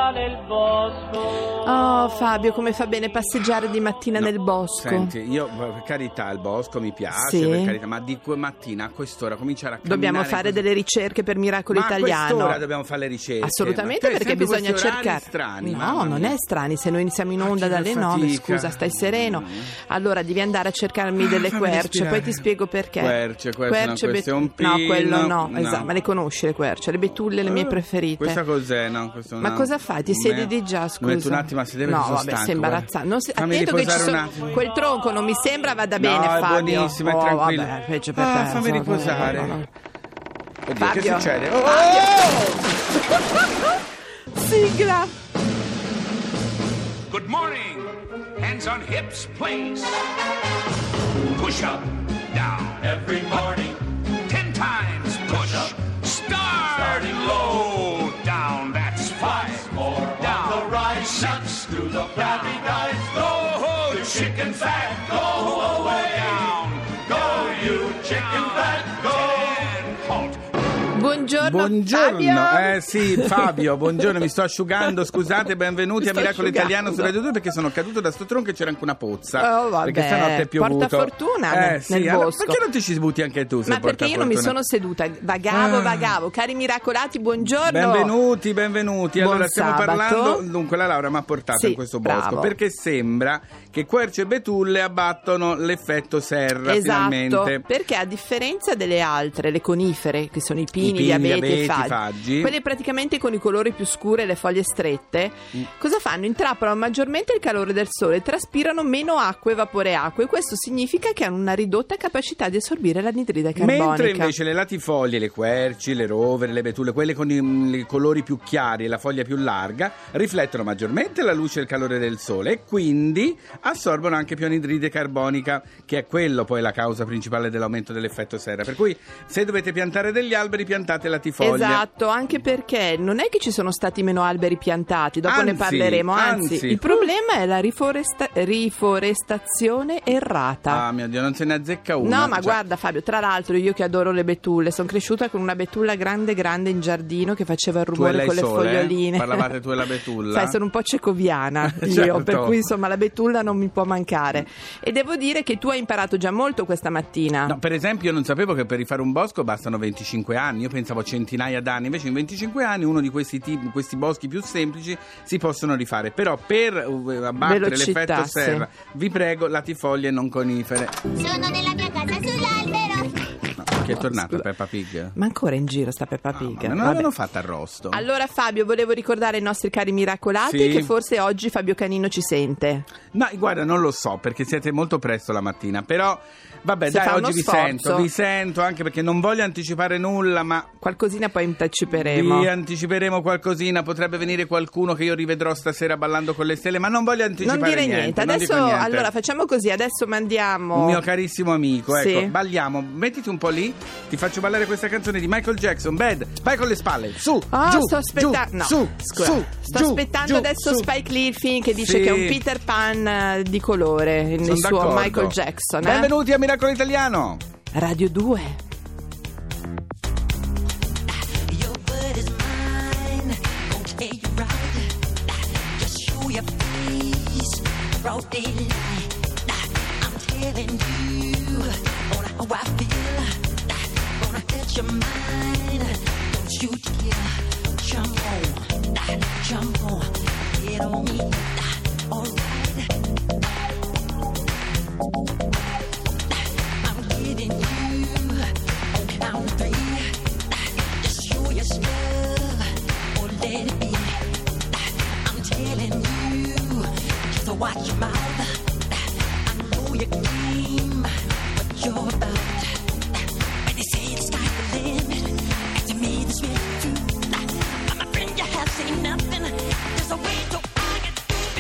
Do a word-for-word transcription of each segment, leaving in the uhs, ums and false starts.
passeggiata nel bosco. Oh Fabio, come fa bene passeggiare di mattina No, nel bosco. Senti, io per carità il bosco mi piace, Sì. per carità, ma di que- mattina a quest'ora cominciare a camminare. Dobbiamo fare così. delle ricerche per Miracolo Ma Italiano. a quest'ora dobbiamo fare le ricerche. Assolutamente, Ma tu hai perché sempre bisogna questi orari cercare. strani, no, mamma non mia. è strani. Se noi iniziamo in onda Ah, che dalle fatica. nove, scusa, stai sereno. Allora devi andare a cercarmi delle fammi querce, respirare. poi ti spiego perché. Querce, querce, no, questo bet- è un No, quello no, pino, esatto, no. ma le conosci le querce, le betulle, le mie Eh, preferite. Questa cos'è? No, questo Ma no. cosa fai? Ti Me- siedi di già, scusa? Mi metto un attimo a sedere, No, che sono vabbè, stanco, sei imbarazzante. guarda. Non si- Fammi Attento che ci riposare sono un attimo. quel tronco non mi sembra vada bene, No, è Fabio. buonissimo, è oh, tranquillo. Vabbè, peggio per Ah, te. fammi insomma, riposare. no, no, no. Oddio, Fabio. che succede? Oh! Sigla. Good morning. Hands on hips, please. Push up, down. Every morning. Ten times push up. Start. Starting low. Down, that's five. More down. On the rise. Six. Through the flabby guys. Go, the chicken fat. Go away. Down. Go, you chicken fat. Go. Ten. Halt. Buongiorno, Buongiorno, Fabio. eh sì, Fabio, buongiorno, mi sto asciugando, scusate, benvenuti Mi a sto Miracolo asciugando. Italiano su Radio due perché sono caduto da sto tronco e c'era anche una pozza. Oh, vabbè, perché stanotte è piovuto. porta fortuna nel- eh, sì, nel allora, bosco. perché non ti ci sbutti anche tu? Se Ma porta perché io non mi fortuna? sono seduta, vagavo, Ah. vagavo. Cari miracolati, buongiorno. Benvenuti, benvenuti. Allora, Buon stiamo sabato. parlando. Dunque, la Laura mi ha portato Sì, in questo bosco bravo. perché sembra che querce e betulle abbattono l'effetto serra Esatto, finalmente. perché a differenza delle altre, le conifere, che sono i pini, pini, gli abeti, abeti, e faggi, faggi. quelle praticamente con i colori più scuri e le foglie strette, Mm. cosa fanno? Intrappolano maggiormente il calore del sole, traspirano meno acqua e vapore acqua, e questo significa che hanno una ridotta capacità di assorbire l'anidride carbonica. Mentre invece le latifoglie, le querci, le rovere, le betulle, quelle con i, i colori più chiari e la foglia più larga, riflettono maggiormente la luce e il calore del sole e quindi assorbono anche più anidride carbonica, che è quello poi la causa principale dell'aumento dell'effetto serra. Per cui se dovete piantare degli alberi, piantate latifoglie. Esatto, anche perché non è che ci sono stati meno alberi piantati, dopo ne Anzi, parleremo, anzi, anzi. il problema è la riforesta- riforestazione errata. Ah mio Dio, non se ne azzecca una. No, ma Cioè, guarda Fabio, tra l'altro io che adoro le betulle, sono cresciuta con una betulla grande grande in giardino che faceva il tu e rumore lei con le sole, foglioline. eh? Parlavate tu e la betulla? Sai, sono un po' cecoviana io, Certo. per cui insomma la betulla non mi può mancare. E devo dire che tu hai imparato già molto questa mattina. No, per esempio io non sapevo che per rifare un bosco bastano venticinque anni, io pensavo centinaia d'anni, invece in venticinque anni uno di questi tipi, questi boschi più semplici si possono rifare, però per uh, abbattere Velocità, l'effetto sì. serra vi prego latifoglie non conifere. Sono nella mia casa sull'albero. No, che è tornata Scusa. Peppa Pig? Ma ancora in giro sta Peppa Pig. Ma non Vabbè. l'avevano fatta arrosto? Allora Fabio, volevo ricordare ai nostri cari miracolati Sì. che forse oggi Fabio Canino ci sente. No, guarda, non lo so perché siete molto presto la mattina, però vabbè, Si dai, fa uno oggi vi sforzo. sento, vi sento anche perché non voglio anticipare nulla, ma Qualcosina poi anticiperemo. vi anticiperemo qualcosina, potrebbe venire qualcuno che io rivedrò stasera ballando con le stelle, ma non voglio anticipare Non dire niente, niente. non adesso dico niente. allora facciamo così, adesso mandiamo Un mio carissimo amico, ecco, Sì. balliamo, mettiti un po' lì, ti faccio ballare questa canzone di Michael Jackson, Bad, vai con le spalle, su, Ah, giù, sto aspettando. giù, No, su, scusa. su, sto giù, aspettando giù, adesso su. Spike Lee, il film che dice Sì. che è un Peter Pan eh, di colore, nel Sono suo d'accordo. Michael Jackson. Eh? Benvenuti a Miracolo Italiano. Radio due. Your word is mine, gon' tell you right. Just show your face, broad daylight. I'm telling you on how I feel. Gonna hit your mind. Don't you dare jump on, jump on, get on me. Alright. I'm getting you on count of three. Just show your stuff or let it be. I'm telling you, just watch your mouth. I know your game, what you're about. When they say the sky's the limit, and to me this really true. But my friend, you have seen nothing. There's a way so I can do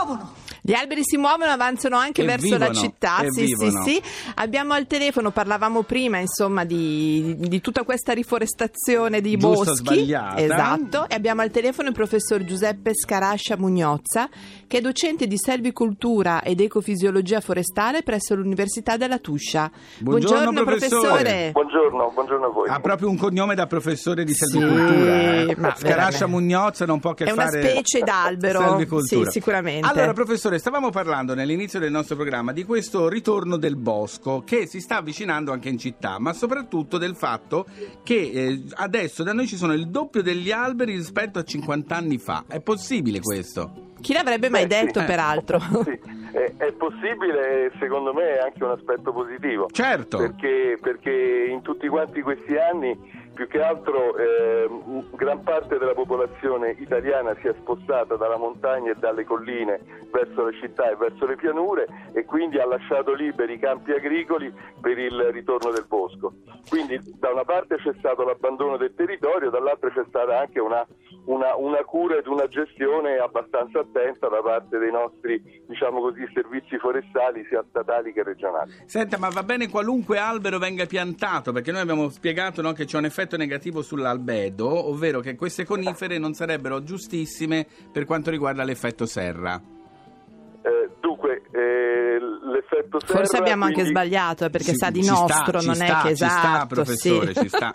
muovono. Gli alberi si muovono, avanzano anche E verso vivono, la città. e Sì, vivono. sì, sì. Abbiamo al telefono, parlavamo prima, insomma, di, di tutta questa riforestazione di Giusta o boschi. sbagliata. Esatto. E abbiamo al telefono il professor Giuseppe Scarascia Mugnozza, che è docente di selvicoltura ed ecofisiologia forestale presso l'Università della Tuscia. Buongiorno, professore. Buongiorno, buongiorno a voi. Ha proprio un cognome da professore di Sì, selvicoltura. eh. ma Scarascia veramente. Mugnozza non può che È una fare specie d'albero. selvicoltura. Sì, sicuramente. Allora, professore, stavamo parlando nell'inizio del nostro programma di questo ritorno del bosco che si sta avvicinando anche in città, ma soprattutto del fatto che eh, adesso da noi ci sono il doppio degli alberi rispetto a cinquanta anni fa. È possibile questo? Chi l'avrebbe mai Beh, sì. detto, peraltro? Sì, è, è possibile e secondo me è anche un aspetto positivo. Certo. Perché, perché in tutti quanti questi anni più che altro eh, gran parte della popolazione italiana si è spostata dalla montagna e dalle colline verso le città e verso le pianure e quindi ha lasciato liberi i campi agricoli per il ritorno del bosco. Quindi da una parte c'è stato l'abbandono del territorio, dall'altra c'è stata anche una, una, una cura ed una gestione abbastanza attenta da parte dei nostri, diciamo così, servizi forestali sia statali che regionali. Senta, ma va bene qualunque albero venga piantato, perché noi abbiamo spiegato, no, che c'è un effetto negativo sull'albedo, ovvero che queste conifere non sarebbero giustissime per quanto riguarda l'effetto serra. Eh, dunque, eh, l'effetto serra... Forse abbiamo quindi... anche sbagliato, eh, perché Ci- sa di ci sta, nostro, ci non sta, è che ci sta, esatto. professore, sì. ci sta.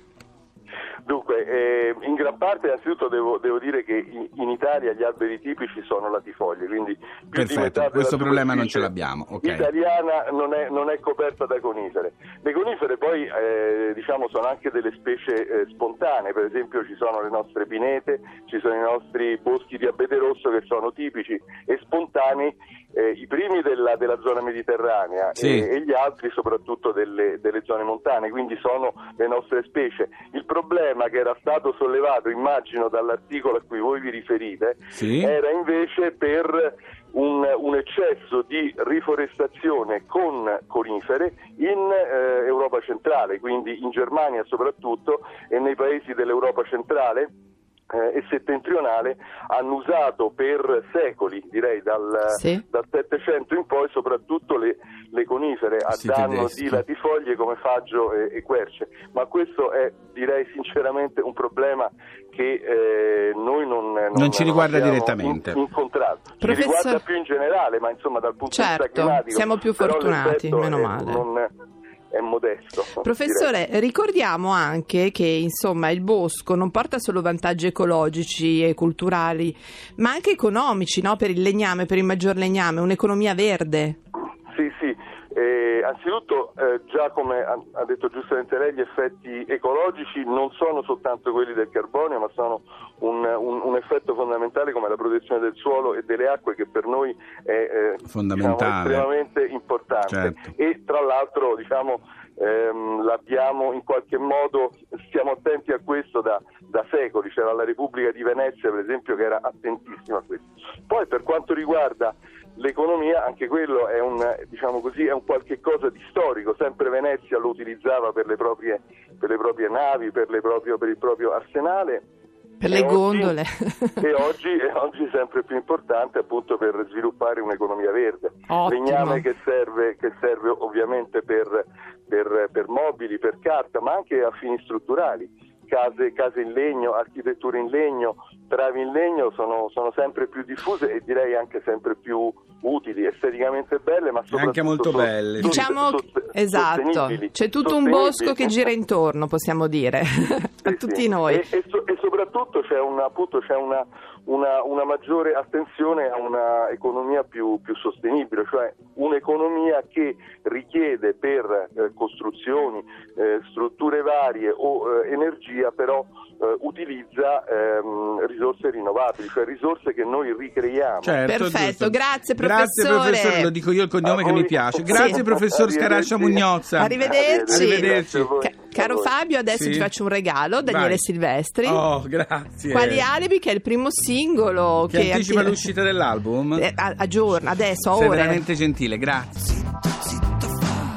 Dunque, eh, in gran parte innanzitutto devo, devo dire che in, in Italia gli alberi tipici sono latifoglie, quindi più di Perfetto, metà della questo problema non ce superficie l'abbiamo, ok. italiana non è, non è coperta da conifere. Le conifere poi eh, diciamo sono anche delle specie eh, spontanee, per esempio ci sono le nostre pinete, ci sono i nostri boschi di abete rosso che sono tipici e spontanei, eh, i primi della, della zona mediterranea Sì. e, e gli altri soprattutto delle, delle zone montane, quindi sono le nostre specie. Il problema che era stato sollevato, immagino, dall'articolo a cui voi vi riferite, Sì. era invece per un, un eccesso di riforestazione con conifere in eh, Europa centrale, quindi in Germania soprattutto e nei paesi dell'Europa centrale eh, e settentrionale hanno usato per secoli, direi dal, Sì. dal Settecento in poi, soprattutto le, le conifere a Sì, danno tedeschi. di latifoglie come faggio e, e querce, ma questo è, direi sinceramente, un problema che eh, noi non, non, Non ci riguarda abbiamo direttamente. in- incontrato. Professor- Ci riguarda più in generale, ma insomma dal punto di Certo, vista climatico siamo più però fortunati, l'effetto meno è, male. non, è modesto. Professore, ricordiamo anche che insomma il bosco non porta solo vantaggi ecologici e culturali, ma anche economici, no? Per il legname, per il maggior legname, un'economia verde. Sì, sì. Eh, anzitutto, eh, già come ha, ha detto giustamente lei, gli effetti ecologici non sono soltanto quelli del carbonio, ma sono un, un, un effetto fondamentale come la protezione del suolo e delle acque, che per noi è eh, Fondamentale. diciamo, estremamente importante. Certo. E tra l'altro, diciamo, ehm, l'abbiamo in qualche modo, stiamo attenti a questo da, da secoli. C'era la Repubblica di Venezia, per esempio, che era attentissima a questo. Poi, per quanto riguarda l'economia, anche quello è un, diciamo così, è un qualche cosa di storico. Sempre Venezia lo utilizzava per le proprie, per le proprie navi, per, le proprio, per il proprio arsenale. Per E le oggi- gondole. e oggi è oggi sempre più importante, appunto, per sviluppare un'economia verde. Ottimo. Legname che serve, che serve ovviamente per, per, per mobili, per carta, ma anche a fini strutturali. Case, case in legno, architetture in legno, travi in legno sono, sono sempre più diffuse e direi anche sempre più utili, esteticamente belle, ma soprattutto anche molto so- belle. so- Diciamo, sost- esatto, sostenibili. c'è tutto un Sostenibili. bosco che gira intorno, possiamo dire, a Sì, tutti sì. noi. E, e so- e soprattutto c'è una, appunto, c'è una, una, una maggiore attenzione a una economia più, più sostenibile, cioè un'economia che richiede per eh, costruzioni, eh, strutture varie o eh, energia, però eh, utilizza ehm, risorse rinnovabili, cioè risorse che noi ricreiamo. Certo, Perfetto, giusto. grazie, Grazie professore. professore, lo dico io il cognome A che voi. mi piace. Grazie Sì. professor Arrivederci. Scarascia Mugnozza. Arrivederci. Arrivederci. Grazie a voi. Ca- caro A voi. Fabio, adesso Sì. ti faccio un regalo, Daniele Vai. Silvestri. Oh, grazie. Quali alibi, che è il primo singolo Che anticipa atti- l'uscita dell'album? Eh, a, a giorno, adesso, a Sei ore. veramente gentile, grazie. Zitto,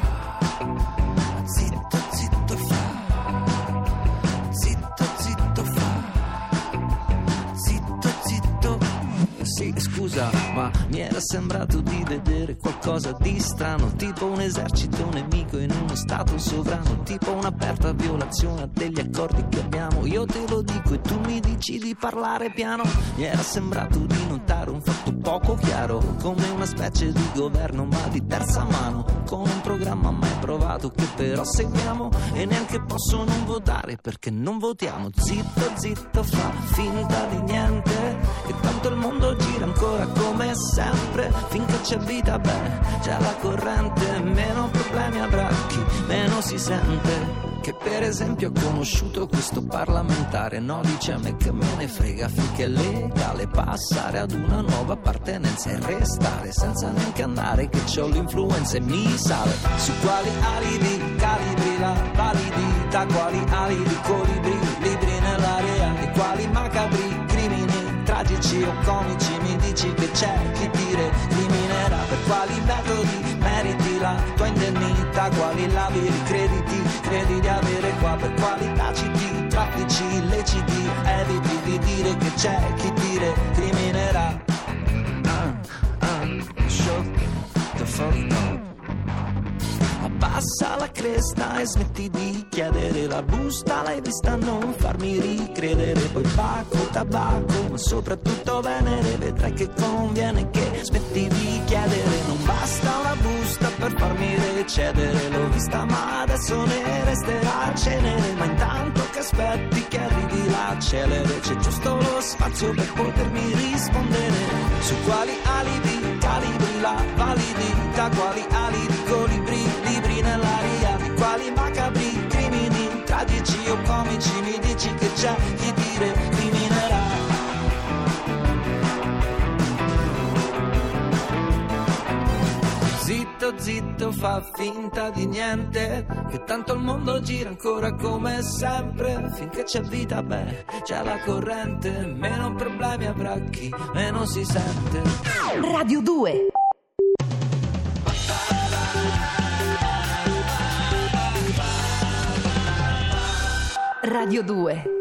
zitto fa. Zitto, zitto fa. Zitto, zitto. Sì, scusa, ma mi era sembrato di vedere qualcosa di strano, tipo un esercito nemico in uno stato sovrano, tipo un'aperta violazione degli accordi che abbiamo. Io te lo dico e tu mi dici di parlare piano. Mi era sembrato di notare un fatto poco chiaro, come una specie di governo ma di terza mano, con un programma mai provato che però seguiamo, e neanche posso non votare perché non votiamo. Zitto zitto, fa finta di niente, che tanto il mondo gira ancora come sempre. Finché c'è vita, beh, c'è la corrente, meno problemi avrà chi meno si sente. Che per esempio ho conosciuto questo parlamentare, no, dice a me che me ne frega, finché è legale passare ad una nuova appartenenza e restare senza neanche andare, che c'ho l'influenza e mi sale. Su quali alibi, calibri la validità, quali alibi, colibri, libri nell'area, e quali macabri crimini, tragici o comici, mi dici che c'è chi ti recriminerà. Per quali metodi meriti la tua indennità, quali labili crediti credi di avere qua, per quali taciti traffici illeciti eviti di dire che c'è chi ti recriminerà. Ah, ah, show the fuck up. Abbassa la cresta e smetti di chiedere la busta, l'hai vista, non farmi ricredere. Poi pacco, tabacco, ma soprattutto venere, vedrai che conviene che smetti di chiedere. Non basta una busta per farmi recedere, l'ho vista ma adesso ne resterà cenere. Ma intanto che aspetti che arrivi la celere, c'è giusto lo spazio per potermi rispondere. Su quali alibi, calibri la validità, quali alibi, colibri, libri nell'aria, di quali macabri crimini, tragici o comici, mi dici che c'è chi ti recriminerà. Zitto zitto, fa finta di niente, che tanto il mondo gira ancora come sempre. Finché c'è vita, beh, c'è la corrente, meno problemi avrà chi meno si sente. Radio due. Radio due.